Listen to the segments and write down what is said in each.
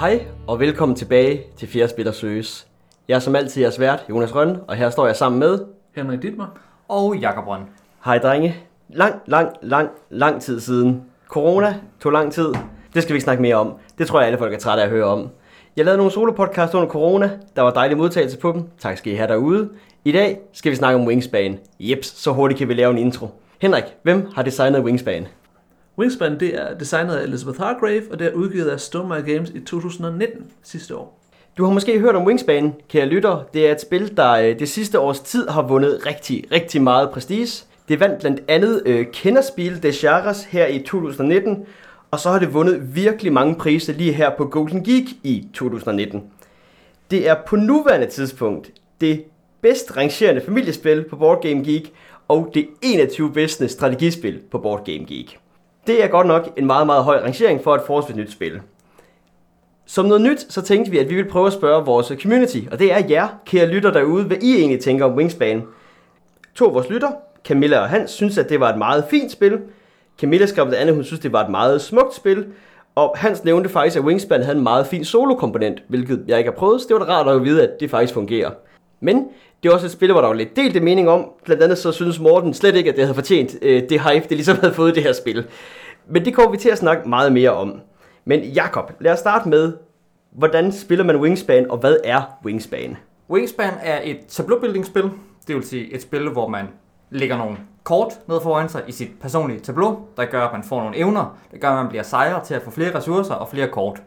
Hej og velkommen tilbage til Fjerde Spiller Søges. Jeg er som altid jeres vært, Jonas Rønne, og her står jeg sammen med Henrik Dittmer og Jakob Rønne. Hej drenge. Lang tid siden. Corona tog lang tid. Det skal vi ikke snakke mere om. Det tror jeg alle folk er trætte af at høre om. Jeg lavede nogle solopodcasts under corona. Der var dejlig modtagelse på dem. Tak skal I have derude. I dag skal vi snakke om Wingspan. Jeps, så hurtigt kan vi lave en intro. Henrik, hvem har designet Wingspan? Wingspan, det er designet af Elizabeth Hargrave, og det er udgivet af Stonemaier Games i 2019 sidste år. Du har måske hørt om Wingspan, kære lytter. Det er et spil, der det sidste års tid har vundet rigtig meget prestige. Det vandt blandt andet Kennerspiel des Jahres her i 2019, og så har det vundet virkelig mange priser lige her på Golden Geek i 2019. Det er på nuværende tidspunkt det bedst rangerende familiespil på Board Game Geek, og det 21 bedste strategispil på Board Game Geek. Det er godt nok en meget høj rangering for et forholdsvis nyt spil. Som noget nyt, så tænkte vi, at vi ville prøve at spørge vores community, og det er jer, kære lytter derude, hvad I egentlig tænker om Wingspan. To af vores lytter, Camilla og Hans, synes, at det var et meget fint spil. Camilla skrev blandt andet, hun synes, det var et meget smukt spil. Og Hans nævnte faktisk, at Wingspan havde en meget fin solo-komponent, hvilket jeg ikke har prøvet, så det var da rart at vide, at det faktisk fungerer. Men det er også et spil, hvor der var lidt delte mening om. Blandt andet så synes Morten slet ikke, at det havde fortjent det hype, det ligesom havde fået det her spil. Men det kommer vi til at snakke meget mere om. Men Jakob, lad os starte med, hvordan spiller man Wingspan, og hvad er Wingspan? Wingspan er et tableau-building-spil. Det vil sige et spil, hvor man lægger nogle kort ned foran sig i sit personlige tableau, der gør, at man får nogle evner, der gør, at man bliver sejrer til at få flere ressourcer og flere kort.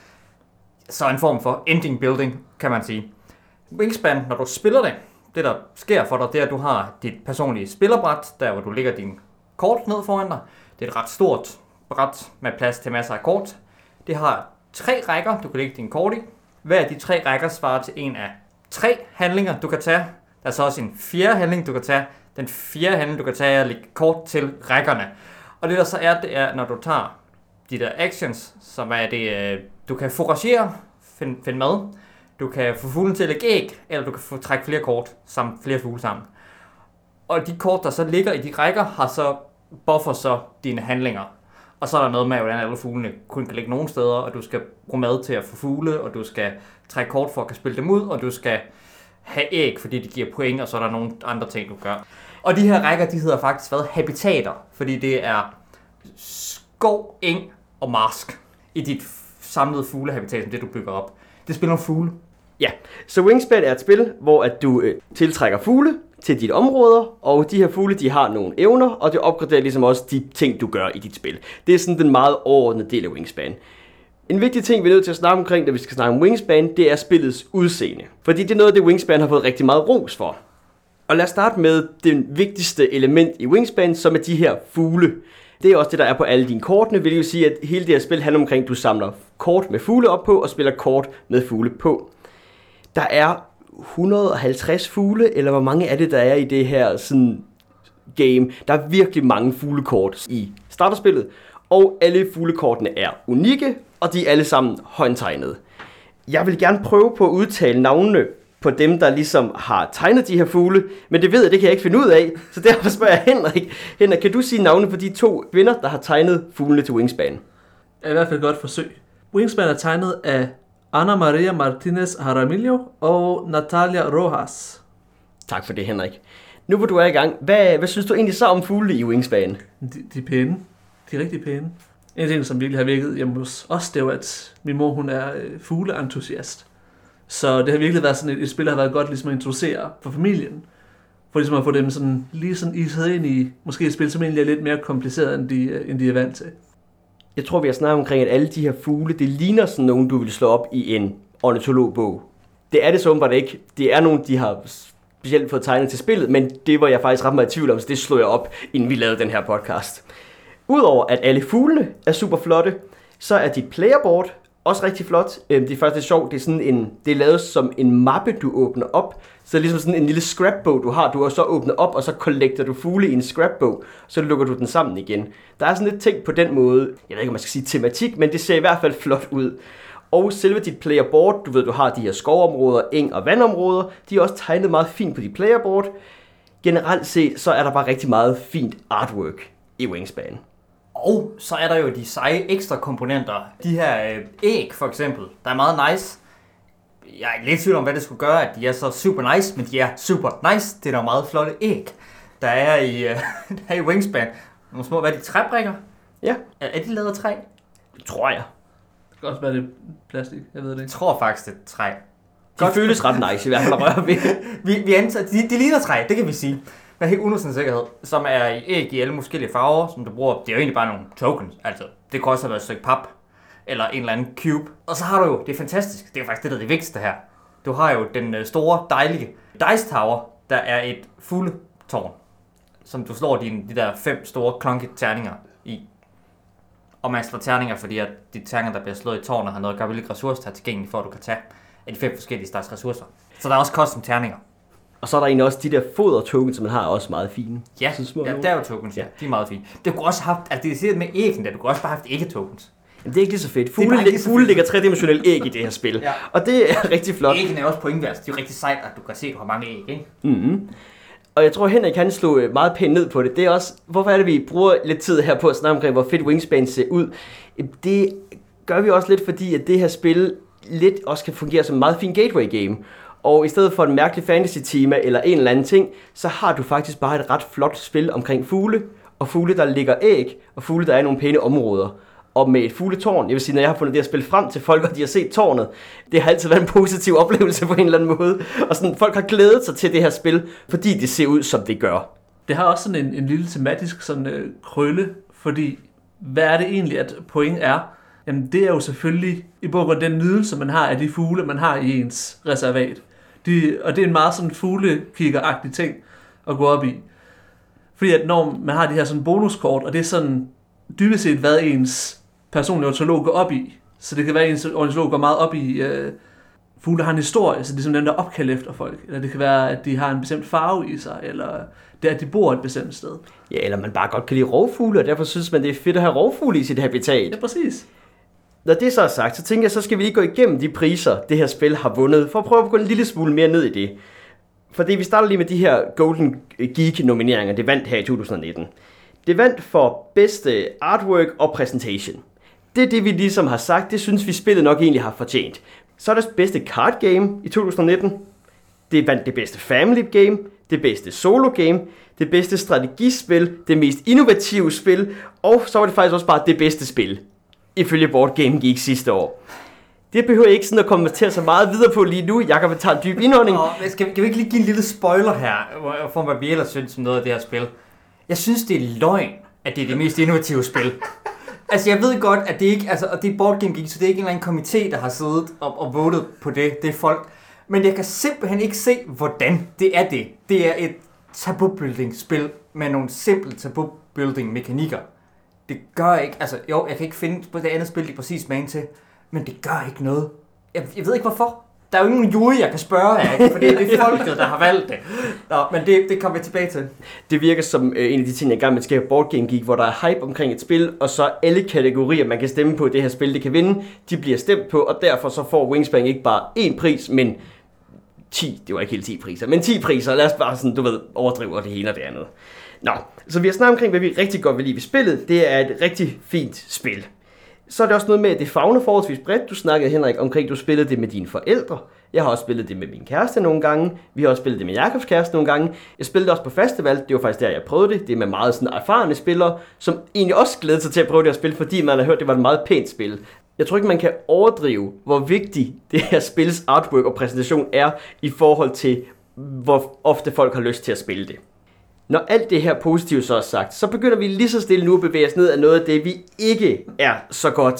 Så en form for ending building, kan man sige. Wingspan, når du spiller det der sker for dig, det er, at du har dit personlige spillerbræt, der hvor du lægger dine kort ned foran dig. Det er et ret stort bræt med plads til masser af kort. Det har 3 rækker, du kan lægge dine kort i. Hver af de 3 rækker svarer til en af 3 handlinger, du kan tage. Der er så også en 4. handling, du kan tage. Den 4. handling, du kan tage, er at lægge kort til rækkerne. Og det der så er, det er, når du tager de der actions, som er det, du kan foragere, finde mad. Du kan få fuglen til at lægge æg, eller du kan få trække flere kort, samt flere fugle sammen. Og de kort, der så ligger i de rækker, har så buffer så dine handlinger. Og så er der noget med, hvordan alle fuglene kun kan ligge nogle steder, og du skal bruge mad til at få fugle, og du skal trække kort for at kan spille dem ud, og du skal have æg, fordi de giver point, og så er der nogle andre ting, du gør. Og de her rækker, de hedder faktisk habitater, fordi det er skov, eng og marsk i dit samlede fuglehabitat, som det du bygger op. Det spiller om fugle. Ja, så Wingspan er et spil, hvor at du tiltrækker fugle til dit områder, og de her fugle, de har nogle evner, og det opgraderer ligesom også de ting, du gør i dit spil. Det er sådan den meget overordnede del af Wingspan. En vigtig ting, vi er nødt til at snakke omkring, når vi skal snakke om Wingspan, det er spillets udseende. Fordi det er noget af det, Wingspan har fået rigtig meget ros for. Og lad os starte med det vigtigste element i Wingspan, som er de her fugle. Det er også det, der er på alle dine kortene, hvilket vil sige, at hele det her spil handler omkring, at du samler kort med fugle op på, og spiller kort med fugle på. Der er 150 fugle, eller hvor mange er det, der er i det her sådan game. Der er virkelig mange fuglekort i starterspillet, og alle fuglekortene er unikke, og de er alle sammen håndtegnede. Jeg vil gerne prøve på at udtale navnene på dem, der ligesom har tegnet de her fugle, men det ved jeg, det kan jeg ikke finde ud af, så derfor spørger jeg Henrik. Henrik, kan du sige navnene på de 2 kvinder, der har tegnet fuglene til Wingspan? Er i hvert fald et godt forsøg. Wingspan er tegnet af Ana Maria Martinez Jaramillo og Natalia Rojas. Tak for det, Henrik. Nu hvor du er i gang, hvad synes du egentlig så om fuglene i Wingspan? De er pæne. De er rigtig pæne. En ting, som virkelig har virket hjemme hos os, det er jo, at min mor, hun er fugleentusiast. Så det har virkelig været sådan et spil, der har været godt ligesom at introducere for familien. For ligesom at få dem sådan, lige sådan iset ind i måske et spil, som egentlig er lidt mere kompliceret, end de er vant til. Jeg tror, vi har snakket omkring, at alle de her fugle, det ligner sådan nogen, du vil slå op i en ornitologbog. Det er det så åbenbart ikke. Det er nogen, de har specielt fået tegnet til spillet, men det var jeg faktisk ret meget i tvivl om, så det slog jeg op, inden vi lavede den her podcast. Udover at alle fuglene er super flotte, så er dit playerboard også rigtig flot. Det er faktisk lidt sjovt, det er lavet som en mappe, du åbner op. Så det er ligesom sådan en lille scrapbog, du har så åbnet op, og så collecter du fugle i en scrapbog, så lukker du den sammen igen. Der er sådan lidt ting på den måde, jeg ved ikke, om man skal sige tematik, men det ser i hvert fald flot ud. Og selve dit playerboard, du har de her skovområder, eng- og vandområder, de er også tegnet meget fint på dit playerboard. Generelt set, så er der bare rigtig meget fint artwork i Wingspan. Og så er der jo de seje ekstra komponenter. De her æg for eksempel, der er meget nice. Jeg er lidt tvivl om, hvad det skulle gøre, at de er så super nice, men de er super nice. Det er nogle meget flotte æg, der er i Wingspan. Nogle små, hvad er de, træbrikker? Ja. Er de lavet af træ? Det tror jeg. Det kan også være, det er plastik, jeg ved det Jeg ikke. tror faktisk, det er træ. De føles ret nice i hvert fald at røre ved. Vi antager, de ligner træ, det kan vi sige. Med helt 100% sikkerhed, som er i æg i alle forskellige farver, som du bruger. Det er jo egentlig bare nogle tokens, altså. Det kan også have været et stykke pap, eller en eller anden cube. Og så har du jo, det er fantastisk, det er faktisk det, der er det vigtigste her. Du har jo den store, dejlige Dice Tower, der er et fugletårn, som du slår de der 5 store clunky terninger i. Og man slår terninger, fordi at de terninger, der bliver slået i tårnet, har noget at gøre, hvilke ressourcer der er tilgængelige for, at du kan tage af de 5 forskellige slags ressourcer. Så der er også custom terninger. Og så er der egentlig også de der foder-tokens, som man har, også meget fine. Ja, så små ja, der er jo tokens, ja. De er meget fine. Det kunne også have, altså det er med æggen der, du kunne også bare have haft ikke-tokens. Jamen, det er ikke lige så fedt. Fugle Fugle ligger 3-dimensionelle æg i det her spil. Ja. Og det er rigtig flot. Æggen er også pointværd, det er jo rigtig sejt, at du kan se, at du har mange æg, ikke? Mm-hmm. Og jeg tror, Henrik han slog meget pænt ned på det. Det er også, hvorfor er det, vi bruger lidt tid her på at snakke omkring, hvor fedt Wingspan ser ud. Det gør vi også lidt, fordi at det her spil lidt også kan fungere som en meget fin gateway game. Og i stedet for en mærkelig fantasy-tema eller en eller anden ting, så har du faktisk bare et ret flot spil omkring fugle, og fugle, der ligger æg, og fugle, der er i nogle pæne områder. Og med et fugletårn, jeg vil sige, når jeg har fundet det her spil frem til folk, og de har set tårnet, det har altid været en positiv oplevelse på en eller anden måde. Og sådan, folk har glædet sig til det her spil, fordi det ser ud, som det gør. Det har også sådan en lille tematisk sådan, krølle, fordi hvad er det egentlig, at point er? Jamen det er jo selvfølgelig i bund og grund den nydelse, man har af de fugle, man har i ens reservat. Og det er en meget sådan fuglekigger-agtig ting at gå op i. Fordi at når man har de her sådan bonuskort, og det er sådan dybest set, hvad ens personlige ornitolog går op i. Så det kan være, at ens ornitolog går meget op i, fugle har en historie, så det er som dem, der opkaldt efter folk. Eller det kan være, at de har en bestemt farve i sig, eller det er, at de bor et bestemt sted. Ja, eller man bare godt kan lide rovfugle, og derfor synes man, det er fedt at have rovfugle i sit habitat. Ja, præcis. Når det så er sagt, så tænker jeg, så skal vi lige gå igennem de priser, det her spil har vundet, for at prøve at gå en lille smule mere ned i det. Fordi vi starter lige med de her Golden Geek-nomineringer, det vandt her i 2019. Det vandt for bedste artwork og presentation. Det er det, vi ligesom har sagt, det synes vi spillet nok egentlig har fortjent. Så er der bedste card game i 2019. Det vandt det bedste family game, det bedste solo game, det bedste strategispil, det mest innovative spil, og så var det faktisk også bare det bedste spil, ifølge Board Game Geek sidste år. Det behøver jeg ikke sådan at kommentere så meget videre på lige nu. Jakob vil tage en dyb indånding. Kan vi ikke lige give en lille spoiler her, for hvad vi ellers synes om noget af det her spil? Jeg synes, det er løgn, at det er det mest innovative spil. Altså, jeg ved godt, at det ikke, altså, og det er Board Game Geek, så det er ikke en eller anden komité, der har siddet og votet på det. Det er folk. Men jeg kan simpelthen ikke se, hvordan det er det. Det er et tabu-building-spil med nogle simple tabu-building-mekanikker. Det gør ikke, altså jo, jeg kan ikke finde på det andet spil, de præcis magen til, men det gør ikke noget. Jeg ved ikke hvorfor. Der er jo ikke nogen jury, jeg kan spørge af, fordi det er folket, der har valgt det. Nå, men det kommer vi tilbage til. Det virker som en af de ting, jeg gerne vil skabe Board Game Geek, hvor der er hype omkring et spil, og så alle kategorier, man kan stemme på, det her spil, det kan vinde, de bliver stemt på, og derfor så får Wingspan ikke bare én pris, men 10, det var ikke helt 10 priser, men 10 priser, lad os bare sådan, du ved, overdrive det ene og det andet. Nå, så vi har snakket omkring, hvad vi rigtig godt vil lide ved spillet. Det er et rigtig fint spil. Så er det også noget med, at det favner forholdsvis bredt. Du snakkede, Henrik, omkring, du spillede det med dine forældre. Jeg har også spillet det med min kæreste nogle gange. Vi har også spillet det med Jakobs kæreste nogle gange. Jeg spillede det også på festival. Det var faktisk der, jeg prøvede det. Det er med meget sådan erfarne spillere, som egentlig også glæder sig til at prøve det her spil, fordi man har hørt, det var et meget pænt spil. Jeg tror ikke, man kan overdrive, hvor vigtigt det her spils artwork og præsentation er i forhold til, hvor ofte folk har lyst til at spille det. Når alt det her positivt så er sagt, så begynder vi lige så stille nu at bevæge os ned af noget af det, vi ikke er så godt.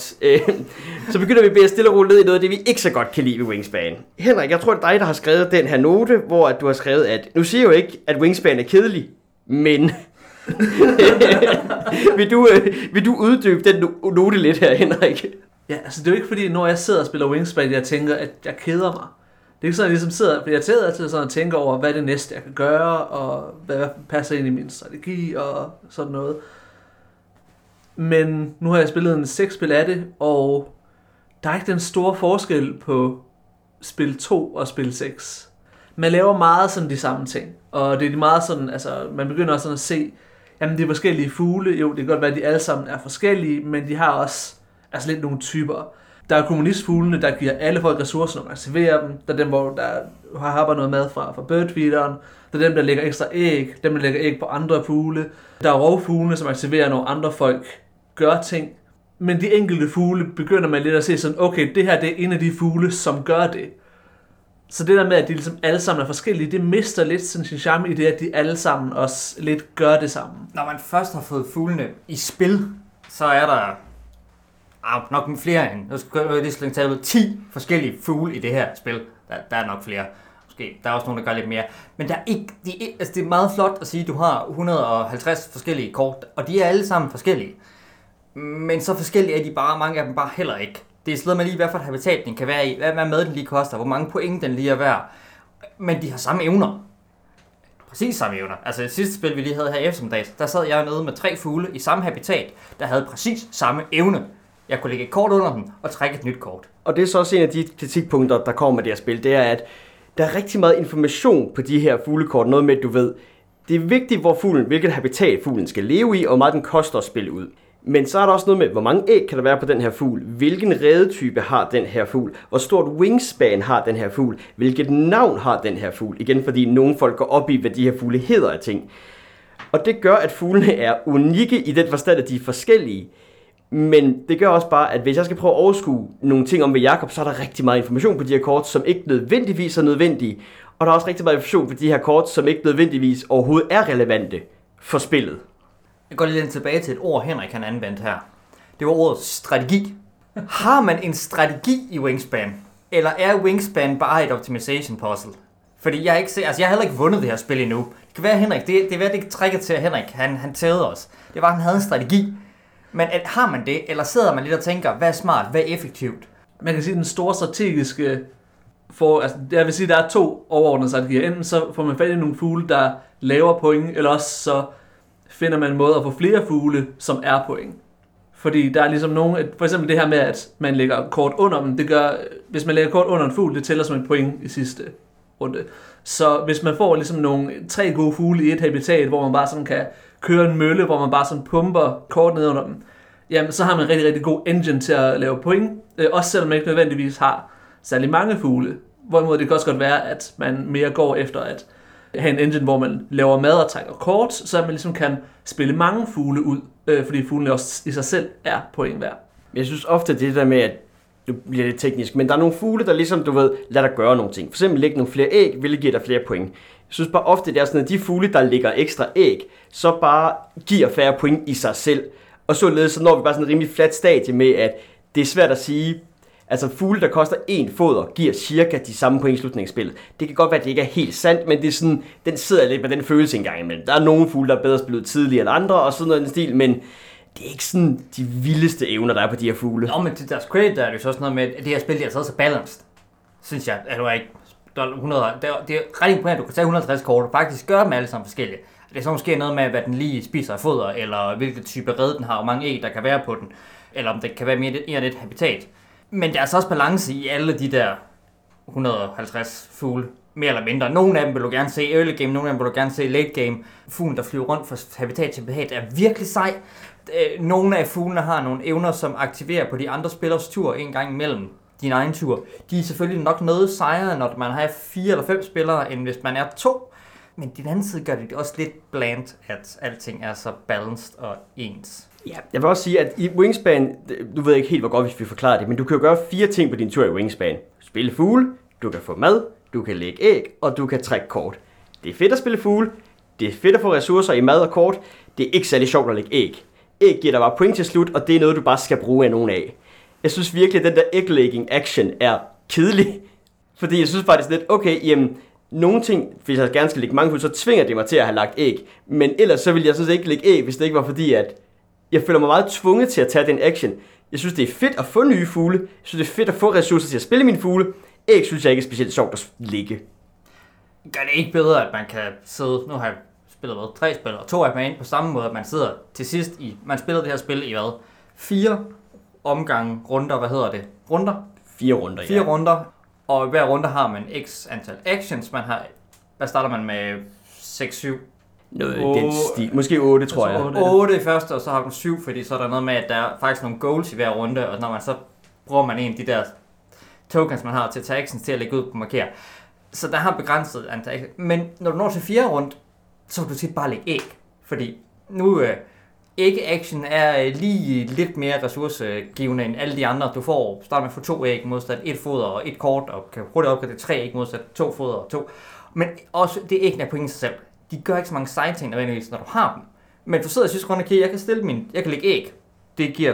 Så begynder vi at bevæge stille og roligt ned i noget af det, vi ikke så godt kan lide ved Wingspan. Henrik, jeg tror, det er dig, der har skrevet den her note, hvor du har skrevet, at nu siger jeg jo ikke, at Wingspan er kedelig, men vil du uddybe den note lidt her, Henrik? Ja, altså det er jo ikke fordi, når jeg sidder og spiller Wingspan, jeg tænker, at jeg keder mig. Det er ikke sådan, at jeg ligesom sidder, fordi jeg sidder altid sådan og tænker over, hvad det næste, jeg kan gøre, og hvad passer ind i min strategi, og sådan noget. Men nu har jeg spillet 6 spil af det, og der er ikke den store forskel på spil 2 og spil 6. Man laver meget sådan de samme ting, og det er meget sådan, altså man begynder sådan at se, jamen de forskellige fugle, jo det kan godt være, at de alle sammen er forskellige, men de har også altså lidt nogle typer. Der er kommunistfuglene, der giver alle folk ressourcer, når man serverer dem. Der er dem, hvor der har noget mad fra birdfeederen. Der er dem, der lægger ekstra æg. Dem, der lægger æg på andre fugle. Der er rovfuglene, som aktiverer, når andre folk gør ting. Men de enkelte fugle begynder man lidt at se sådan, okay, det her det er en af de fugle, som gør det. Så det der med, at de ligesom alle sammen er forskellige, det mister lidt sådan sin charme i det, at de alle sammen også lidt gør det samme. Når man først har fået fuglene i spil, så er der nok flere end, nu skal jeg lige slænge tage ud, 10 forskellige fugle i det her spil. Der er nok flere. Måske. Der er også nogen, der gør lidt mere. Men der er ikke, det er meget flot at sige, at du har 150 forskellige kort, og de er alle sammen forskellige. Men så forskellige er de bare, mange af dem bare heller ikke. Det er slået mig lige, hvad for et habitat den kan være i, hvad mad den lige koster, hvor mange point den lige er værd. Men de har samme evner. Præcis samme evner. Altså det sidste spil, vi lige havde her i eftermiddags, der sad jeg nede med 3 fugle i samme habitat, der havde præcis samme evne. Jeg kunne lægge et kort under dem og trække et nyt kort. Og det er så også en af de kritikpunkter, der kommer med det her spil, det er, at der er rigtig meget information på de her fuglekort. Noget med, at du ved, det er vigtigt, hvor fuglen, hvilket habitat fuglen skal leve i, og hvor meget den koster at spille ud. Men så er der også noget med, hvor mange æg kan der være på den her fugl, hvilken redetype har den her fugl, hvor stort wingspan har den her fugl, hvilket navn har den her fugl. Igen, fordi nogle folk går op i, hvad de her fugle hedder af ting. Og det gør, at fuglene er unikke i den forstand, at de er forskellige. Men det gør også bare, at hvis jeg skal prøve at overskue nogle ting om ved Jakob, så er der rigtig meget information på de her kort, som ikke nødvendigvis er nødvendige. Og der er også rigtig meget information på de her kort, som ikke nødvendigvis overhovedet er relevante for spillet. Jeg går lidt tilbage til et ord, Henrik han anvendt her. Det var ordet strategi. Har man en strategi i Wingspan? Eller er Wingspan bare et optimization puzzle? Fordi jeg har heller ikke vundet det her spil endnu. Det kan være, Henrik, det er det trækker til, at Henrik han tævede os. Det var, at han havde en strategi. Men har man det, eller sidder man lidt og tænker, hvad er smart, hvad er effektivt? Man kan sige, at den store strategiske jeg vil sige, at der er 2 overordnede strategier. Enten så får man fat i nogle fugle, der laver point, eller også så finder man en måde at få flere fugle, som er point. Fordi der er ligesom nogle, for eksempel det her med, at man lægger kort under dem, det gør, hvis man lægger kort under en fugl, det tæller som et point i sidste runde. Så hvis man får ligesom nogle 3 gode fugle i et habitat, hvor man bare sådan kan køre en mølle, hvor man bare sådan pumper kort ned under dem, jamen så har man en rigtig, rigtig god engine til at lave point, også selvom man ikke nødvendigvis har særlig mange fugle. Hvorimod det kan også godt være, at man mere går efter at have en engine, hvor man laver mad og trækker kort, så man ligesom kan spille mange fugle ud, fordi fuglene også i sig selv er point værd. Jeg synes ofte det der med, at det bliver lidt teknisk, men der er nogle fugle, der ligesom, du ved, lader dig gøre nogle ting. For eksempel lægge nogle flere æg, hvilket giver dig flere point. Jeg synes bare ofte, det er sådan, at de fugle, der lægger ekstra æg, så bare giver færre point i sig selv. Og således så når vi bare sådan en rimelig flat stadie med, at det er svært at sige, altså fugle, der koster 1 foder, giver cirka de samme point i slutningen af spillet. Det kan godt være, at det ikke er helt sandt, men det er sådan, den sidder lidt med den følelse engang imellem. Der er nogle fugle, der er bedre spillet tidligere end andre, og sådan noget i den stil, men det er ikke sådan de vildeste evner, der er på de her fugle. Nå, men til deres credit, der er det jo så sådan noget med, at det her spil, det er så balanced. Synes jeg, at du er ikke... Det er ret imponerende, at du kan tage 150 kort og faktisk gøre dem alle sammen forskellige. Det er så måske noget med, hvad den lige spiser af foder, eller hvilken type red den har, hvor mange æg der kan være på den, eller om det kan være mere et habitat. Men der er så også balance i alle de der 150 fugle, mere eller mindre. Nogle af dem vil du gerne se early game, nogle af dem vil du gerne se late game. Fuglen, der flyver rundt fra habitat til habitat, er virkelig sej. Nogle af fuglene har nogle evner, som aktiverer på de andre spillers tur en gang imellem din egen tur. De er selvfølgelig nok noget sejere, når man har 4 eller 5 spillere, end hvis man er 2. Men på den anden side gør det også lidt bland, at alting er så balanced og ens. Ja, jeg vil også sige, at i Wingspan, du ved ikke helt, hvor godt vi forklarer det, men du kan jo gøre 4 ting på din tur i Wingspan. Spille fugle, du kan få mad, du kan lægge æg, og du kan trække kort. Det er fedt at spille fugle, det er fedt at få ressourcer i mad og kort, det er ikke særlig sjovt at lægge æg. Æg giver dig bare point til slut, og det er noget, du bare skal bruge af nogen af. Jeg synes virkelig, at den der egg-laying action er kedelig, fordi jeg synes faktisk lidt, okay, jamen, nogle ting, hvis jeg gerne skal lægge mange fugle, så tvinger det mig til at have lagt æg. Men ellers så vil jeg sådan set ikke lægge æg, hvis det ikke var fordi, at jeg føler mig meget tvunget til at tage den action. Jeg synes, det er fedt at få nye fugle. Jeg synes, det er fedt at få ressourcer til at spille mine fugle. Æg synes jeg ikke er specielt sjovt at ligge. Gør det ikke bedre, at man kan sidde... Nu har jeg spillet 3 spil, og 2 af dem er inde på samme måde, at man sidder til sidst i... Man spiller det her spil i hvad? 4 omgange runder, hvad hedder det? Runder? 4 runder, ja. 4 runder, og hver runde har man x antal actions. Man har... Hvad starter man med? 6-7? Den stil. Måske 8, tror jeg. 8 i første, og så har du 7, fordi så er der noget med, at der er faktisk nogle goals i hver runde, og når man så bruger man en af de der tokens, man har til at tage actions til at lægge ud på markere. Så der har begrænset antal actions. Men når du når til 4. runde, så vil du tit bare lægge æg. Fordi nu æg-action er lige lidt mere ressourcegivende end alle de andre. Du får start med at få 2 æg modsat 1 foder og 1 kort, og kan hurtigt opgradere 3 æg modsat 2 foder og 2. Men også det æg er point i sig selv. De gør ikke så mange side ting nødvendigvis, når du har dem. Men du sidder og synes rundt, okay, jeg kan lægge æg. Det giver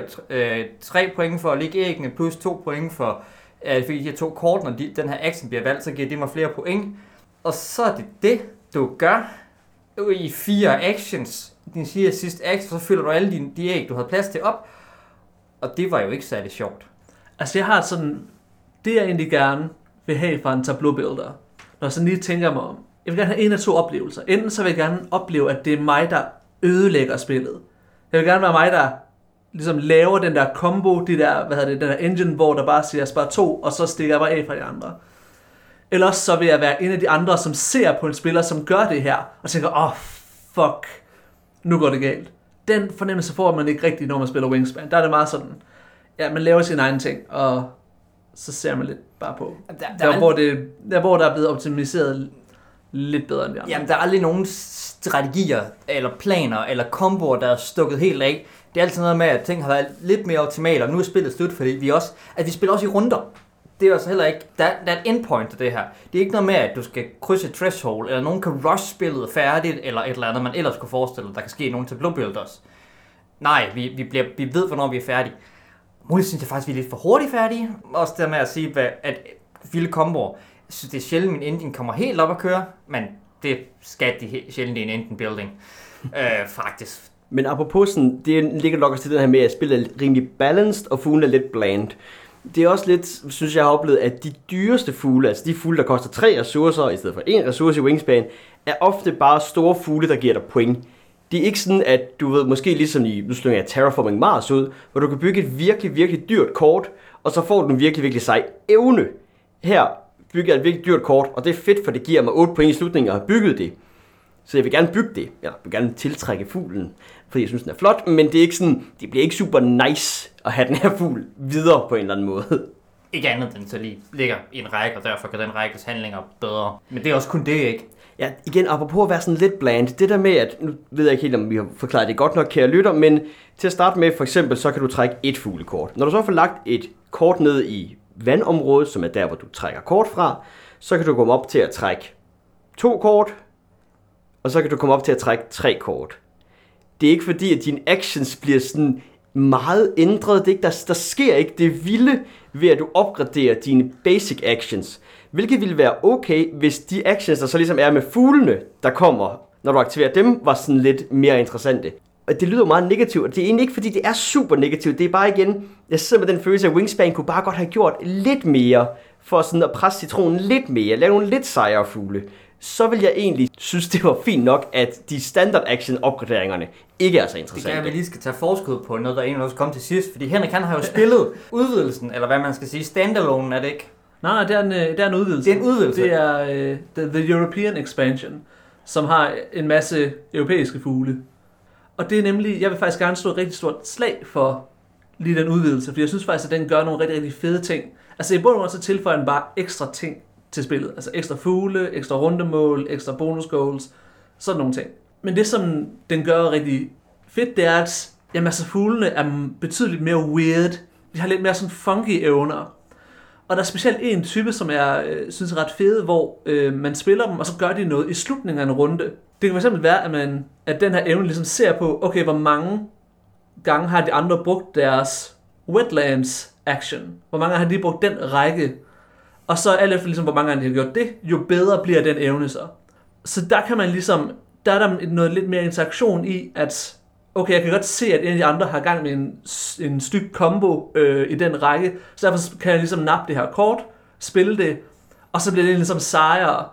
3 point for at lægge æggene, plus 2 point for, fordi de her 2 kort, når den her action bliver valgt, så giver det mig flere point. Og så er det, du gør i 4 actions. Din sidste action, så fylder du alle de æg, du havde plads til op. Og det var jo ikke særlig sjovt. Altså jeg har sådan, det jeg egentlig gerne vil have fra en tableau-builder, når jeg sådan lige tænker mig om, jeg vil gerne have en af 2 oplevelser. Enten så vil jeg gerne opleve, at det er mig, der ødelægger spillet. Jeg vil gerne være mig, der ligesom laver den der combo, den der engine, hvor der bare siger, spar 2, og så stikker jeg bare af fra de andre. Eller også så vil jeg være en af de andre, som ser på en spiller, som gør det her, og tænker, fuck, nu går det galt. Den fornemmelse får man ikke rigtigt, når man spiller Wingspan. Der er det meget sådan, ja, man laver sine egne ting, og så ser man lidt bare på. Hvor der er blevet optimiseret lidt bedre end de andre. Jamen, der er aldrig nogen strategier, eller planer, eller komboer, der er stukket helt af. Det er altid noget med, at ting har været lidt mere optimale, og nu er spillet slut, fordi vi spiller også i runder. Det er altså heller ikke, der er et endpoint til det her. Det er ikke noget med, at du skal krydse et threshold, eller nogen kan rush spillet færdigt, eller et eller andet, man ellers kunne forestille, der kan ske nogen til Blue Builders. Nej, vi ved, hvornår vi er færdige. Muligt synes jeg faktisk, vi er lidt for hurtigt færdige. Også der med at sige, at vilde komboer. Jeg synes, det er sjældent, min engine kommer helt op at køre, men det skal de sjældent i en engine building. Faktisk. Men apropos sådan, det ligger nok også til den her med, at spillet er rimelig balanced, og fuglen er lidt bland. Det er også lidt, synes jeg har oplevet, at de dyreste fugle, altså de fugle, der koster 3 ressourcer i stedet for 1 ressource i Wingspan, er ofte bare store fugle, der giver dig point. Det er ikke sådan, at du ved, måske ligesom i udstilling af Terraforming Mars ud, hvor du kan bygge et virkelig, virkelig dyrt kort, og så får du en virkelig, virkelig sej evne. Her bygger jeg et virkelig dyrt kort, og det er fedt, for det giver mig 8 point i slutningen at have bygget det. Så jeg vil gerne bygge det, jeg vil gerne tiltrække fuglen, fordi jeg synes, den er flot, men det er ikke sådan, det bliver ikke super nice at have den her fugl videre på en eller anden måde. Ikke andet end så lige ligger i en række, og derfor kan den rækkes handlinger bedre. Men det er også kun det, ikke? Ja, igen, apropos at være sådan lidt bland, det der med, at nu ved jeg ikke helt, om vi har forklaret det godt nok, kære lytter, men til at starte med, for eksempel, så kan du trække et fuglekort. Når du så får lagt et kort ned i vandområdet, som er der, hvor du trækker kort fra, så kan du komme op til at trække 2 kort, og så kan du komme op til at trække 3 kort. Det er ikke fordi, at dine actions bliver sådan meget ændret. Det er ikke, der sker ikke det vilde ved, at du opgraderer dine basic actions. Hvilket ville være okay, hvis de actions, der så ligesom er med fuglene, der kommer, når du aktiverer dem, var sådan lidt mere interessante. Og det lyder meget negativt, og det er egentlig ikke fordi, det er super negativt. Det er bare igen, jeg sidder med den følelse, at Wingspan kunne bare godt have gjort lidt mere, for sådan at presse citronen lidt mere, lave nogle lidt sejere fugle. Så vil jeg egentlig synes, det var fint nok, at de standard action opgraderingerne ikke er så interessante. Det kan vi lige skal tage forskud på noget, der egentlig også kom til sidst, fordi Henrik han har jo spillet udvidelsen, eller hvad man skal sige, standalone er det ikke? Nej, det er en udvidelse. Det er en udvidelse. Det er the European Expansion, som har en masse europæiske fugle. Og det er nemlig, jeg vil faktisk gerne slå et rigtig stort slag for lige den udvidelse, for jeg synes faktisk, at den gør nogle rigtig, rigtig fede ting. Altså i bund og grund så tilføjer den bare ekstra ting til spillet. Altså ekstra fugle, ekstra rundemål, ekstra bonus goals, sådan nogle ting. Men det, som den gør rigtig fedt, det er, at jamen, altså, fuglene er betydeligt mere weird. De har lidt mere sådan funky evner. Og der er specielt en type, som jeg synes er ret fede, hvor man spiller dem, og så gør de noget i slutningen af en runde. Det kan fx være, at den her evne ligesom ser på, okay, hvor mange gange har de andre brugt deres wetlands action. Hvor mange gange har de brugt den række. Og så alt efter ligesom, hvor mange gange de har gjort det, jo bedre bliver den evne så. Så der kan man ligesom, der er der noget lidt mere interaktion i, at okay, jeg kan godt se, at en af de andre har gang med en styk combo i den række, så derfor kan jeg ligesom nappe det her kort, spille det, og så bliver det ligesom sejre,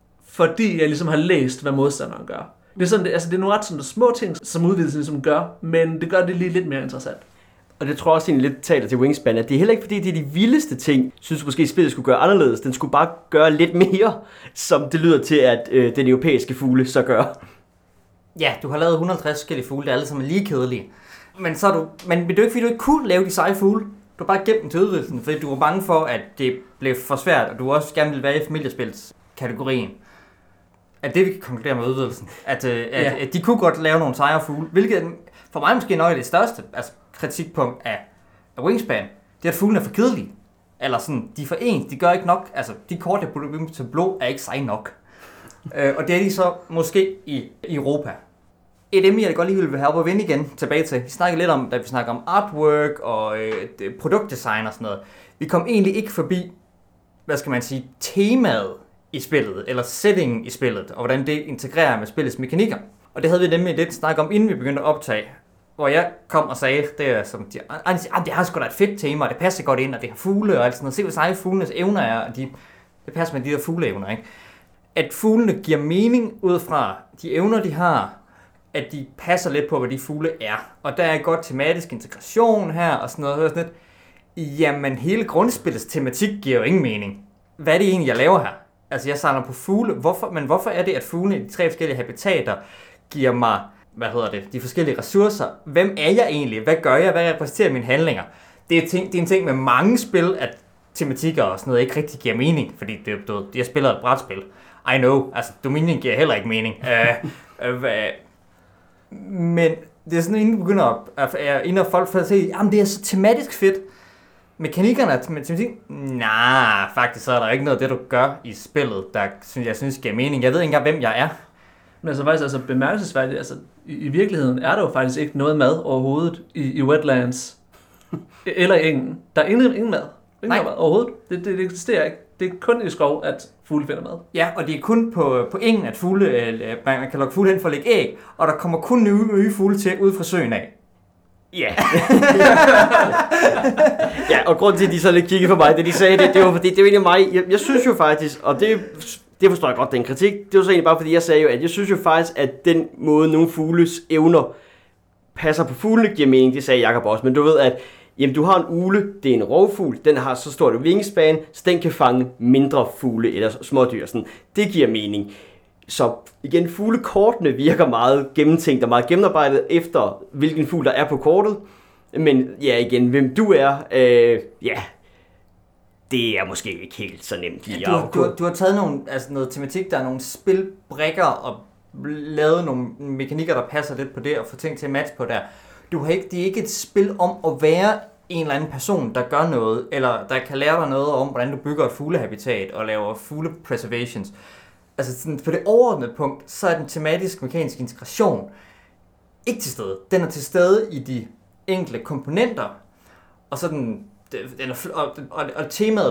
fordi jeg ligesom har læst, hvad modstanderen gør. Det er, sådan, det er nogle ret sådan små ting, som udvidelsen ligesom gør, men det gør det lige lidt mere interessant. Og det tror jeg også egentlig lidt taler til Wingspan, at det er heller ikke fordi, det er de vildeste ting, synes måske spillet skulle gøre anderledes. Den skulle bare gøre lidt mere, som det lyder til, at den europæiske fugle så gør. Ja, du har lavet 150 forskellige fugle, der alle sammen er lige kedelige. Men så er du, men det er jo ikke, fordi du ikke kunne lave de seje fugle. Du har bare gemt dem til udvidelsen, fordi du var bange for, at det blev for svært, og du også gerne ville være i familiespilskategorien. At det, vi kan konkludere med udvidelsen. At de kunne godt lave nogle seje fugle, hvilket for mig måske nok er det største kritikpunkt af Wingspan. Det er, at fuglene er for kedelige. Eller sådan, de er for ens, de gør ikke nok. Altså, de kort, der putter til blå, er ikke seje nok. Og det er de så måske i Europa. Et emne, jeg godt lige vil have op og vende igen tilbage til. Vi snakkede lidt om, da vi snakker om artwork og produktdesign og sådan noget. Vi kom egentlig ikke forbi, hvad skal man sige, temaet i spillet, eller settingen i spillet, og hvordan det integrerer med spillets mekanikker. Og det havde vi nemlig lidt snakket om, inden vi begyndte at optage. Hvor jeg kom og sagde, det er som de det har sgu da et fedt tema, og det passer godt ind, og det har fugle og alt sådan noget. Se, hvad seje fuglenes evner er, og det passer med de der fugleevner, ikke? At fuglene giver mening ud fra de evner, de har, at de passer lidt på, hvad de fugle er. Og der er godt tematisk integration her, og sådan noget. Sådan lidt. Jamen, hele grundspillets tematik giver jo ingen mening. Hvad er det egentlig, jeg laver her? Altså, jeg samler på fugle. Hvorfor er det, at fuglene i de 3 forskellige habitater giver mig, de forskellige ressourcer? Hvem er jeg egentlig? Hvad gør jeg? Hvad repræsenterer mine handlinger? Det er en ting med mange spil, at tematikker og sådan noget ikke rigtig giver mening, fordi jeg spiller et brætspil. I know, altså Dominion giver heller ikke mening. Men det er sådan, inden du begynder at folk får at se, jamen det er så tematisk fedt. Mekanikkerne er tematik. Nej, faktisk så er der ikke noget af det, du gør i spillet, der jeg synes giver mening. Jeg ved ikke engang, hvem jeg er. Men altså faktisk bemærkelsesværdigt, altså i virkeligheden er der jo faktisk ikke noget mad overhovedet i Wetlands eller i engen. Der er ingen mad. Ingen mad overhovedet. Det eksisterer ikke. Det er kun i skov, at fugle finder mad. Ja, og det er kun på engen, at man kan lukke fugle hen for at lægge æg, og der kommer kun nye fugle til ud fra søen af. Ja. Ja, og grunden til, at de så lidt kiggede på mig, da de sagde det var fordi, det var egentlig mig. Jeg synes jo faktisk, og det forstår jeg godt, den kritik, det var så egentlig bare fordi, jeg sagde jo, at jeg synes jo faktisk, at den måde, nogle fugles evner passer på fuglene, giver mening. Det sagde Jacob også, men du ved, at jamen, du har en ugle, det er en rovfugl, den har så stort et vingspan, så den kan fange mindre fugle eller smådyr. Sådan. Det giver mening. Så igen, fuglekortene virker meget gennemtænkt og meget gennemarbejdet efter, hvilken fugl der er på kortet. Men ja, igen, hvem du er, det er måske ikke helt så nemt lige at du har taget noget tematik, der er nogle spilbrikker og lavet nogle mekanikker, der passer lidt på det og få ting til at matche på der. Det er ikke et spil om at være en eller anden person, der gør noget, eller der kan lære dig noget om, hvordan du bygger et fuglehabitat og laver fuglepreservations. Altså sådan, på det overordnede punkt, så er den tematisk-mekaniske integration ikke til stede. Den er til stede i de enkelte komponenter, og så og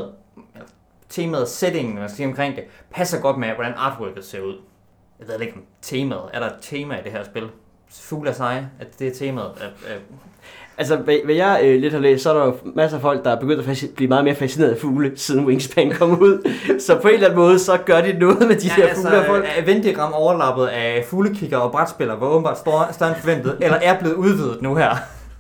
temaet, settingen, man skal sige omkring det, passer godt med, hvordan artworket ser ud. Jeg ved ikke om temaet. Er der et tema i det her spil? Fugle er seje, at det er temaet. Altså, hvad jeg lidt har læst, så er der jo masser af folk, der er begyndt at blive meget mere fascineret af fugle, siden Wingspan kom ud. Så på en eller anden måde, så gør de noget med de her fugle af folk. Eventdiagram overlappet af fuglekikker og brætspillere, hvor åbenbart større end forventet, eller er blevet udvidet nu her.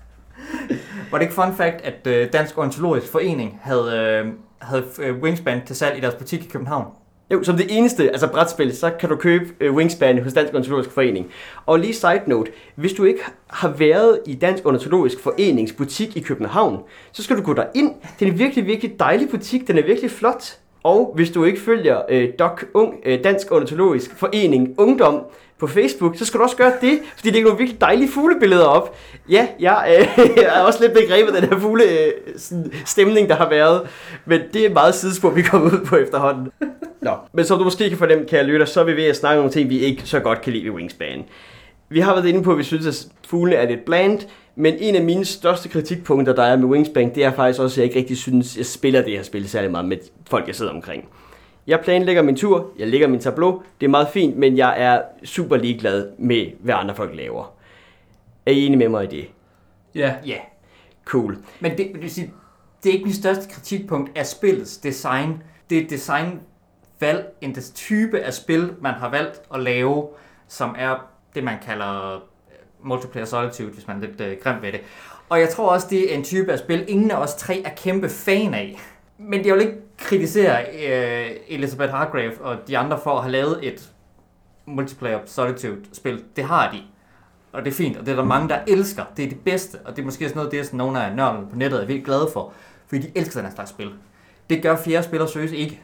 Var det ikke fun fact, at Dansk Ornitologisk Forening havde Wingspan til salg i deres butik i København? Jo, som det eneste, altså brætspil, så kan du købe Wingspan hos Dansk Ornitologisk Forening. Og lige side note, hvis du ikke har været i Dansk Ornitologisk Forenings butik i København, så skal du gå derind. Det er en virkelig, virkelig dejlig butik, den er virkelig flot. Og hvis du ikke følger Dansk Ornitologisk Forening Ungdom på Facebook, så skal du også gøre det, fordi det lægger nogle virkelig dejlige fuglebilleder op. Ja, jeg er også lidt begrebet den her fuglestemning, der har været, men det er meget sidespor, vi kommer ud på efterhånden. Nå. Men som du måske kan fornemme, kære lytter, så er vi ved at snakke om nogle ting, vi ikke så godt kan lide ved Wingspan. Vi har været inde på, at vi synes, at fuglene er lidt bland, men en af mine største kritikpunkter, der er med Wingspan, det er faktisk også, at jeg ikke rigtig synes, at jeg spiller det her spil særlig meget med folk, jeg sidder omkring. Jeg planlægger min tur, jeg lægger min tableau, det er meget fint, men jeg er super ligeglad med, hvad andre folk laver. Er I enige med mig i det? Ja. Ja. Cool. Men det er ikke min største kritikpunkt af spillets design. Det er et designvalg, en type af spil, man har valgt at lave, som er det, man kalder multiplayer solitude, hvis man er lidt grim ved det. Og jeg tror også, det er en type af spil, ingen af os 3 er kæmpe fan af. Men jeg vil ikke kritisere Elizabeth Hargrave og de andre for at have lavet et multiplayer Solitude-spil. Det har de. Og det er fint, og det er der mange, der elsker. Det er det bedste, og det er måske sådan noget, det er sådan nogle af nørderne på nettet er virkelig glade for. Fordi de elsker den her slags spil. Det gør fjerde spillere søges ikke.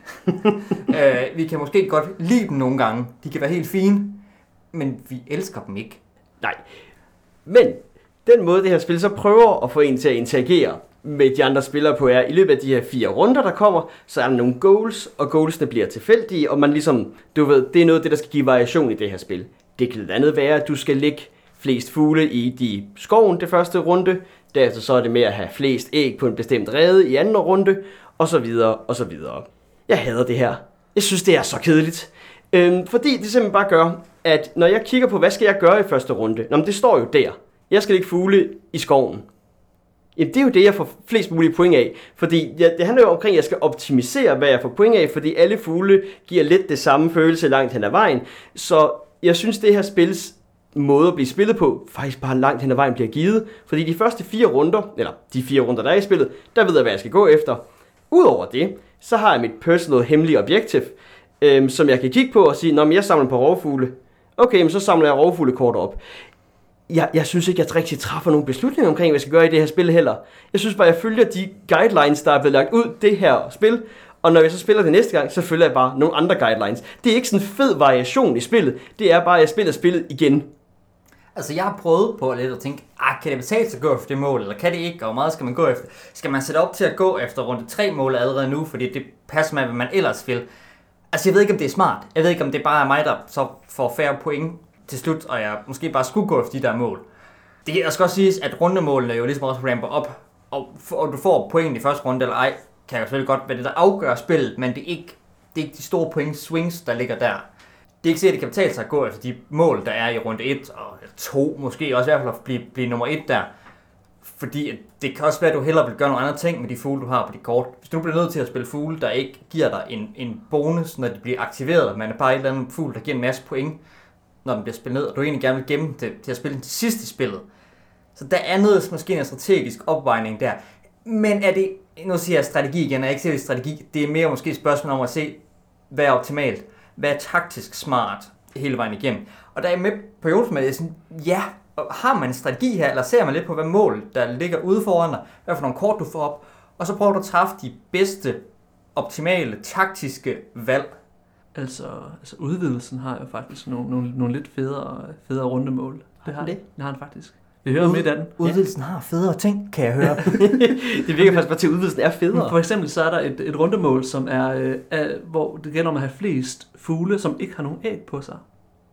Vi kan måske godt lide dem nogle gange. De kan være helt fine, men vi elsker dem ikke. Nej. Men den måde, det her spil så prøver at få en til at interagere med de andre spillere på, er i løbet af de her 4 runder, der kommer, så er der nogle goals, og goalsene bliver tilfældige, og man ligesom, du ved, det er noget af det, der skal give variation i det her spil. Det kan blandt andet være, at du skal lægge flest fugle i de skoven det første runde, derefter så er det med at have flest æg på en bestemt rede i anden runde, og så videre, og så videre. Jeg hader det her. Jeg synes, det er så kedeligt. Fordi det simpelthen bare gør, at når jeg kigger på, hvad skal jeg gøre i første runde, nå, men det står jo der. Jeg skal lægge fugle i skoven. Jamen, det er jo det, jeg får flest mulige point af. Fordi det handler jo omkring, at jeg skal optimisere, hvad jeg får point af, fordi alle fugle giver lidt det samme følelse langt hen ad vejen. Så jeg synes, det her spils måde at blive spillet på, faktisk bare langt hen ad vejen bliver givet. Fordi de første 4 runder, eller de 4 runder, der er i spillet, der ved jeg, hvad jeg skal gå efter. Udover det, så har jeg mit personal hemmelige objective, som jeg kan kigge på og sige, når jeg samler på rovfugle. Okay, men så samler jeg rovfuglekort op. Jeg synes ikke, jeg rigtig træffer nogle beslutninger omkring, hvad jeg skal gøre i det her spil heller. Jeg synes bare, jeg følger de guidelines, der er blevet lagt ud det her spil. Og når jeg så spiller det næste gang, så følger jeg bare nogle andre guidelines. Det er ikke sådan en fed variation i spillet. Det er bare, at jeg spiller spillet igen. Altså, jeg har prøvet på lidt at tænke, kan det betale sig at gå efter det mål, eller kan det ikke, og hvor meget skal man gå efter? Skal man sætte op til at gå efter runde 3 mål allerede nu, fordi det passer med, hvad man ellers vil? Altså, jeg ved ikke, om det er smart. Jeg ved ikke, om det bare er mig, der så får færre point til slut, og jeg måske bare skulle gå efter de der mål. Det skal også siges, at rundemålene jo ligesom også ramper op, og du får point i første runde eller ej, kan jo selvfølgelig godt være det, der afgør spillet, men det er ikke de store point swings, der ligger der. Det er ikke sikkert, at det kan betale sig at gå efter de mål, der er i runde 1 og 2, måske også i hvert fald at blive nummer 1 der. Fordi det kan også være, at du hellere vil gøre nogle andre ting med de fugle, du har på dit kort. Hvis du bliver nødt til at spille fugle, der ikke giver dig en bonus, når de bliver aktiveret, man er bare et eller andet fugl, der giver en masse point, når den bliver spillet ned, og du egentlig gerne vil gemme det til at spille den til sidst i spillet. Så der er noget, måske en strategisk opvejning der. Men er det, nu siger jeg strategi igen, jeg ikke siger det strategi, det er mere måske et spørgsmål om at se, hvad er optimalt, hvad er taktisk smart hele vejen igennem. Og der er med på Jonas med, sådan, ja, har man en strategi her, eller ser man lidt på, hvad mål, der ligger ude foran dig, hvad for nogle kort du får op, og så prøver du at træffe de bedste, optimale, taktiske valg. Altså udvidelsen har jo faktisk nogle lidt federe rundemål. Det har den faktisk. Vi hører midt af den. Udvidelsen har federe ting, kan jeg høre. Det virker faktisk bare til, at udvidelsen er federe. For eksempel så er der et rundemål, som er, hvor det gælder om at have flest fugle, som ikke har nogen æg på sig.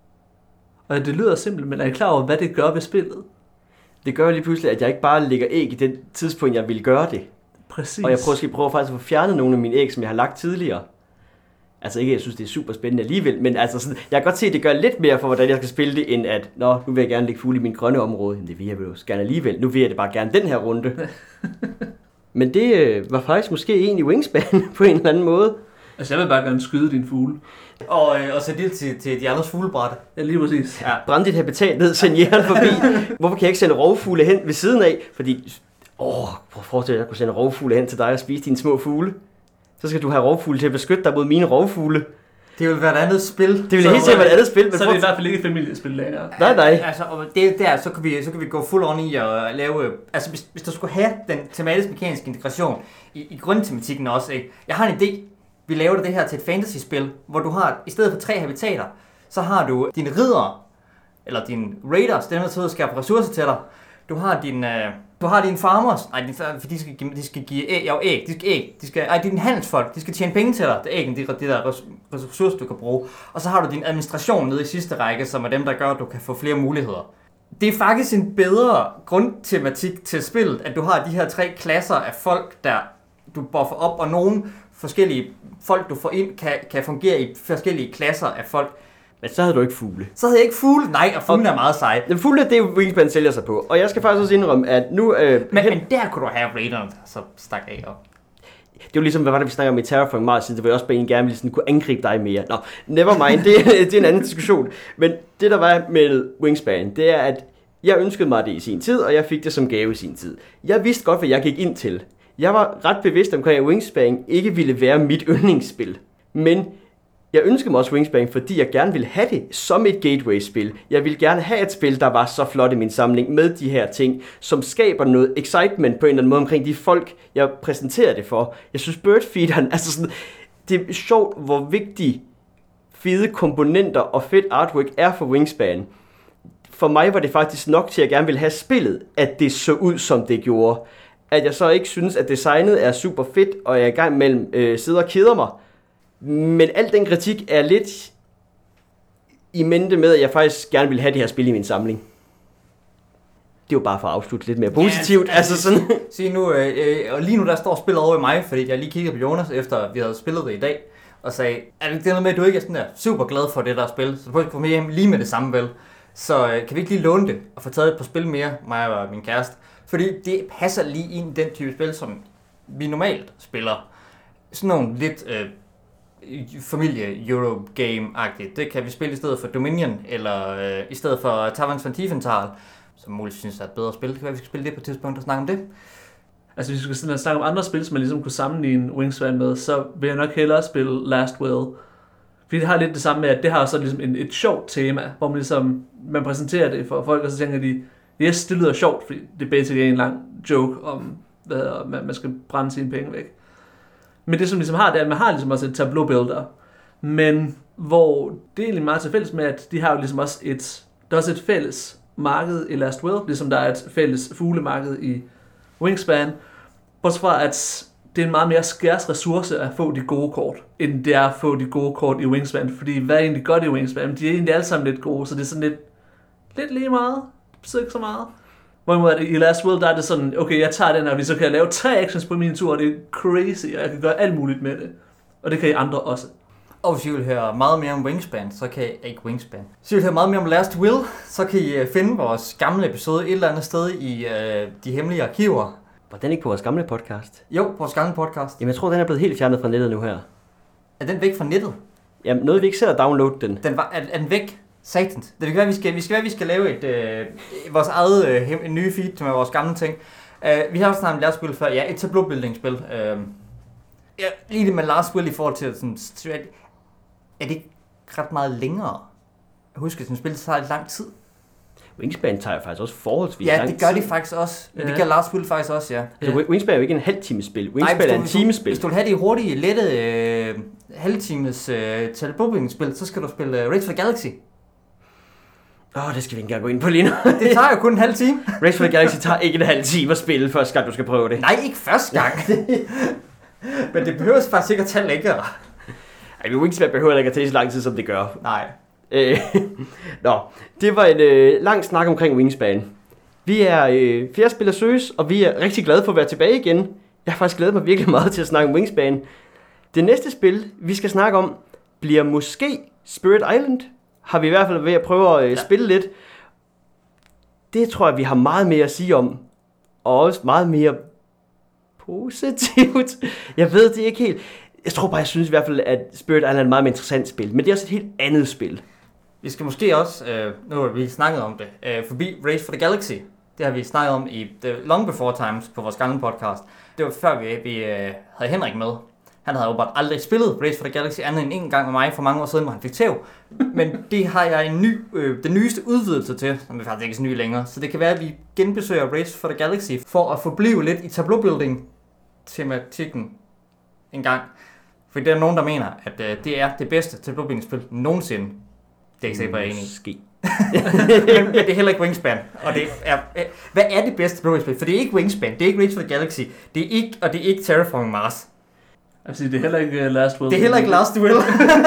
Og det lyder simpelt, men er I klar over, hvad det gør ved spillet? Det gør lige pludselig, at jeg ikke bare lægger æg i den tidspunkt, jeg ville gøre det. Præcis. Og jeg prøver faktisk at få fjernet nogle af mine æg, som jeg har lagt tidligere. Altså ikke, jeg synes, det er super spændende alligevel, men altså sådan, jeg kan godt se, at det gør lidt mere for, hvordan jeg skal spille det, end at, nu vil jeg gerne lægge fugle i min grønne område. Men det vil jeg jo gerne alligevel. Nu vil jeg det bare gerne den her runde. Men det var faktisk måske egentlig Wingspan på en eller anden måde. Altså jeg vil bare gerne skyde din fugle. Og sætte ild til de andres fuglebrætte. Ja, lige præcis. Ja. Brænd dit habitat ned, send jæren forbi. Hvorfor kan jeg ikke sende rovfugle hen ved siden af? Fordi, prøv at forestille dig, at jeg kunne sende rovfugle hen til dig og spise dine små fugle. Så skal du have rovfugle til at beskytte dig mod mine rovfugle. Det vil være et andet spil. Det vil helt sikkert være et andet spil. Men så er det i hvert fald ikke et familiespil længere. Nej. Altså, og det der, så kan vi gå full on i at lave... Altså, hvis du skulle have den tematisk-mekaniske integration i grundtematikken også, ikke? Jeg har en idé. Vi laver det her til et fantasy-spil, hvor du har, i stedet for 3 habitater, så har du dine riddere, eller dine raiders, dem der til at skabe ressourcer til dig. Du har dine farmers, for de skal give æg, det er dine handelsfolk, de skal tjene penge til dig, det er æggen, de der ressourcer, du kan bruge. Og så har du din administration nede i sidste række, som er dem, der gør, at du kan få flere muligheder. Det er faktisk en bedre grundtematik til spillet, at du har de her 3 klasser af folk, der du buffer op, og nogle forskellige folk, du får ind, kan fungere i forskellige klasser af folk. Men så havde du ikke fugle. Så havde jeg ikke fugle. Nej, og fugle er meget sej. Den fugle, det er jo Wingspan sælger sig på. Og jeg skal faktisk også indrømme, at nu... Men der kunne du have raideren, så stak af op. Det er jo ligesom, hvad var det, vi snakker om i Terraforming meget siden, det var også bare en gerne ville sådan, kunne angribe dig mere. Nå, never mind, det er en anden diskussion. Men det, der var med Wingspan, det er, at jeg ønskede mig det i sin tid, og jeg fik det som gave i sin tid. Jeg vidste godt, hvad jeg gik ind til. Jeg var ret bevidst omkring, at Wingspan ikke ville være mit yndlingsspil. Men Jeg ønsker mig også Wingspan, fordi jeg gerne vil have det som et gateway-spil. Jeg vil gerne have et spil, der var så flot i min samling med de her ting, som skaber noget excitement på en eller anden måde omkring de folk, jeg præsenterer det for. Jeg synes Birdfeederen, altså sådan, det er sjovt, hvor vigtige fede komponenter og fedt artwork er for Wingspan. For mig var det faktisk nok til, at jeg gerne ville have spillet, at det så ud, som det gjorde. At jeg så ikke synes, at designet er super fedt, og jeg er i gang mellem sidder og keder mig. Men al den kritik er lidt i mente med, at jeg faktisk gerne vil have det her spil i min samling. Det er jo bare for at afslutte lidt mere positivt. Altså sådan. Se nu, og lige nu der står spillet over i mig, fordi jeg lige kiggede på Jonas, efter vi havde spillet det i dag, og sagde, er det noget med, at du ikke er sådan der super glad for det der spil, så prøv at komme hjem lige med det samme vel. Så kan vi ikke lige låne det, og få taget et par spil mere, mig og min kæreste. Fordi det passer lige ind i den type spil, som vi normalt spiller. Sådan nogle lidt familie-Eurogame-agtigt. Det kan vi spille i stedet for Dominion, eller i stedet for Taverns von Tiefenthal, som muligvis synes er et bedre spil. Det kan være, vi skal spille det på et tidspunkt og snakke om det. Altså hvis vi skal snakke om andre spil, som man ligesom kunne sammenligne Wingspan med, så vil jeg nok hellere spille Last Will. Fordi det har lidt det samme med, at det har så ligesom et sjovt tema, hvor man præsenterer det for folk, og så tænker de, yes, det lyder sjovt, fordi det er basically en lang joke om, hvad man skal brænde sine penge væk. Men det som ligesom har, det er, at man har ligesom også et tableau builder, men hvor det er egentlig meget til fælles med, at de har jo ligesom også der er også et fælles marked i Last Will, ligesom der er et fælles fuglemarked i Wingspan, bortset fra at det er en meget mere skærs ressource at få de gode kort, end det er at få de gode kort i Wingspan, fordi hvad er egentlig godt i Wingspan? De er egentlig alle sammen lidt gode, så det er sådan lidt lige meget, så ikke så meget. Hvorimod i Last Will, der er det sådan, okay, jeg tager den her, så kan jeg lave 3 actions på min tur, og det er crazy, og jeg kan gøre alt muligt med det. Og det kan I andre også. Og hvis I vil høre meget mere om Wingspan, så kan I ikke Wingspan. Hvis I vil høre meget mere om Last Will, så kan I finde vores gamle episode et eller andet sted i de hemmelige arkiver. Var den ikke på vores gamle podcast? Jo, vores gamle podcast. Jamen jeg tror, den er blevet helt fjernet fra nettet nu her. Er den væk fra nettet? Jamen noget vi ikke selv har downloadet den. Er den væk? Satans. Det kan være, vi skal lave vores eget nye feed med vores gamle ting. Vi har også snart Last Will før. Ja, et tableau-building-spil. Lige det med Last Will i forhold til sådan, er det ikke ret meget længere? Jeg husker, at spillet tager lidt lang tid. Wingspan tager faktisk også forholdsvis lang tid. Ja, det gør de faktisk også. Ja. Det gør Last Will faktisk også, ja. Altså, Wingspan er jo ikke en halvtimes spil. Wingspan er en timespil. Hvis du vil have det hurtige, lette halvtimes tableau-building-spil, så skal du spille Race for the Galaxy. Det skal vi ikke engang gå ind på lige nu. Det tager jo kun en halv time. Race for the Galaxy tager ikke en halv time at spille, første gang du skal prøve det. Nej, ikke første gang. Men det behøver faktisk ikke at tage længere. Ej, Wingspan behøver ikke at tage så lang tid, som det gør. Nej. Det var en lang snak omkring Wingspan. Vi er flere spillere søs, og vi er rigtig glade for at være tilbage igen. Jeg har faktisk glædet mig virkelig meget til at snakke om Wingspan. Det næste spil, vi skal snakke om, bliver måske Spirit Island. Har vi i hvert fald ved at prøve at spille lidt. Det tror jeg, vi har meget mere at sige om. Og også meget mere positivt. Jeg ved det ikke helt. Jeg tror bare, jeg synes i hvert fald, at Spirit Island er et meget mere interessant spil. Men det er også et helt andet spil. Vi skal måske også, nu har vi snakket om det, forbi Race for the Galaxy. Det har vi snakket om i The Long Before Times på vores gamle podcast. Det var før vi havde Henrik med. Han havde åbenbart aldrig spillet Race for the Galaxy andet end en gang med mig for mange år siden, hvor han fik tæv. Men det har jeg den nyeste udvidelse til, som er faktisk ikke så ny længere. Så det kan være, at vi genbesøger Race for the Galaxy for at forblive lidt i tableau-building-tematikken en gang. For der er nogen, der mener, at det er det bedste tableau-building-spil nogensinde. Det er ikke sikkert, jeg er enig i. Men det er heller ikke Wingspan. Og det er, hvad er det bedste tableau-building-spil? For det er ikke Wingspan, det er ikke Race for the Galaxy, det er ikke Terraforming Mars. Altså, det er heller ikke Last Will. Det er heller ikke Last Will.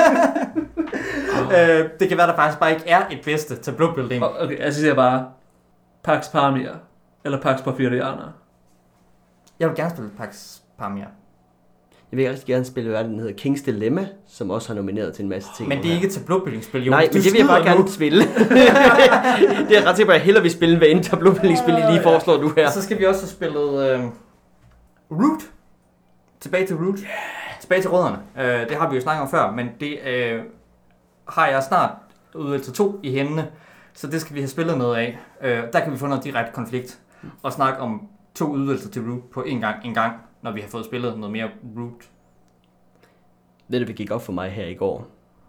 Det kan være, der faktisk bare ikke er et bedste tableau-building. Okay, jeg siger bare Pax Pamir eller Pax Porfiriana. Jeg vil gerne spille Pax Pamir. Jeg vil rigtig gerne spille, hvad den hedder, King's Dilemma, som også har nomineret til en masse ting. Men det er ikke et tableau-building-spil, jo. Nej, men det vil jeg bare gerne spille. Det er ret sikkert, at jeg hellere vil spille, hvad en tableau-building-spil I lige foreslår du her. Og så skal vi også have spillet Root. Tilbage til Root. Tilbage til rødderne. Det har vi jo snakket om før, men det har jeg snart udvalgt 2 i hændene. Så det skal vi have spillet noget af. Der kan vi få noget direkte konflikt. Og snakke om 2 udvalgelser til Root på en gang, når vi har fået spillet noget mere Root. Ved du, det gik op for mig her i går.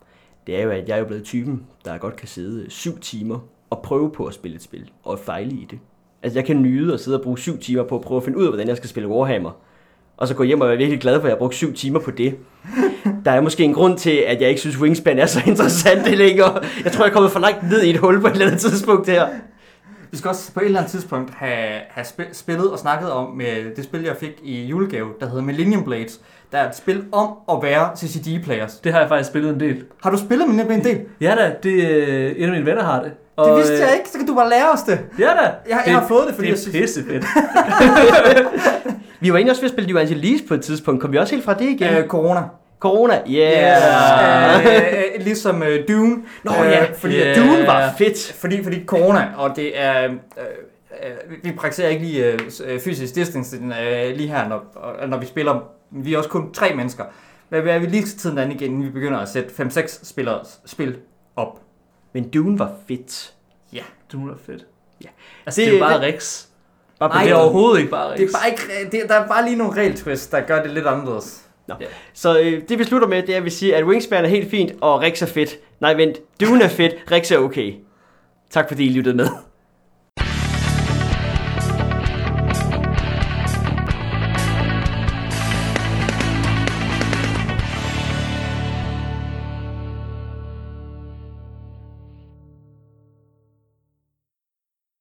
det er jo, at jeg er jo blevet typen, der godt kan sidde 7 timer og prøve på at spille et spil, og fejle i det. Altså, jeg kan nyde at sidde og bruge 7 timer på at prøve at finde ud af, hvordan jeg skal spille Warhammer. Og så gå hjem og være virkelig glad for, at jeg har brugt 7 timer på det. Der er måske en grund til, at jeg ikke synes, Wingspan er så interessant længere. Jeg tror, jeg er kommet for langt ned i et hul på et eller andet tidspunkt her. Vi skal også på et eller andet tidspunkt have spillet og snakket om med det spil, jeg fik i julegave, der hedder Millennium Blades. Der er et spil om at være CCG-players. Det har jeg faktisk spillet en del. Har du spillet Millennium Blades en del? Ja da, en af mine venner har det. Og, Det vidste jeg ikke, så kan du bare lære os det. Ja da. Jeg har fået det, fordi det jeg synes... er pissefedt. Vi var egentlig også ved at spille Evangelis på et tidspunkt. Kom vi også helt fra det igen? Corona. Corona, yeah. Ligesom Dune. Nå ja, fordi Dune var fedt. Fordi corona, og det er... vi praktiserer ikke lige fysisk distancing lige her, når vi spiller. Vi er også kun 3 mennesker. Men vi lige til tiden anden igen, inden vi begynder at sætte 5-6 spil op. Men Dune var fedt. Ja. Dune var fedt. Ja. Altså, det er jo bare Rex. Nej, det er overhovedet ikke bare Rex. Det er bare ikke, der er bare lige nogle regeltwists, der gør det lidt anderledes. Nå. Ja. Så det vi slutter med, det er, at vi siger, at Wingspan er helt fint, og Rex er fedt. Nej, vent, Dune er fedt, Rex er okay. Tak fordi I lyttede med.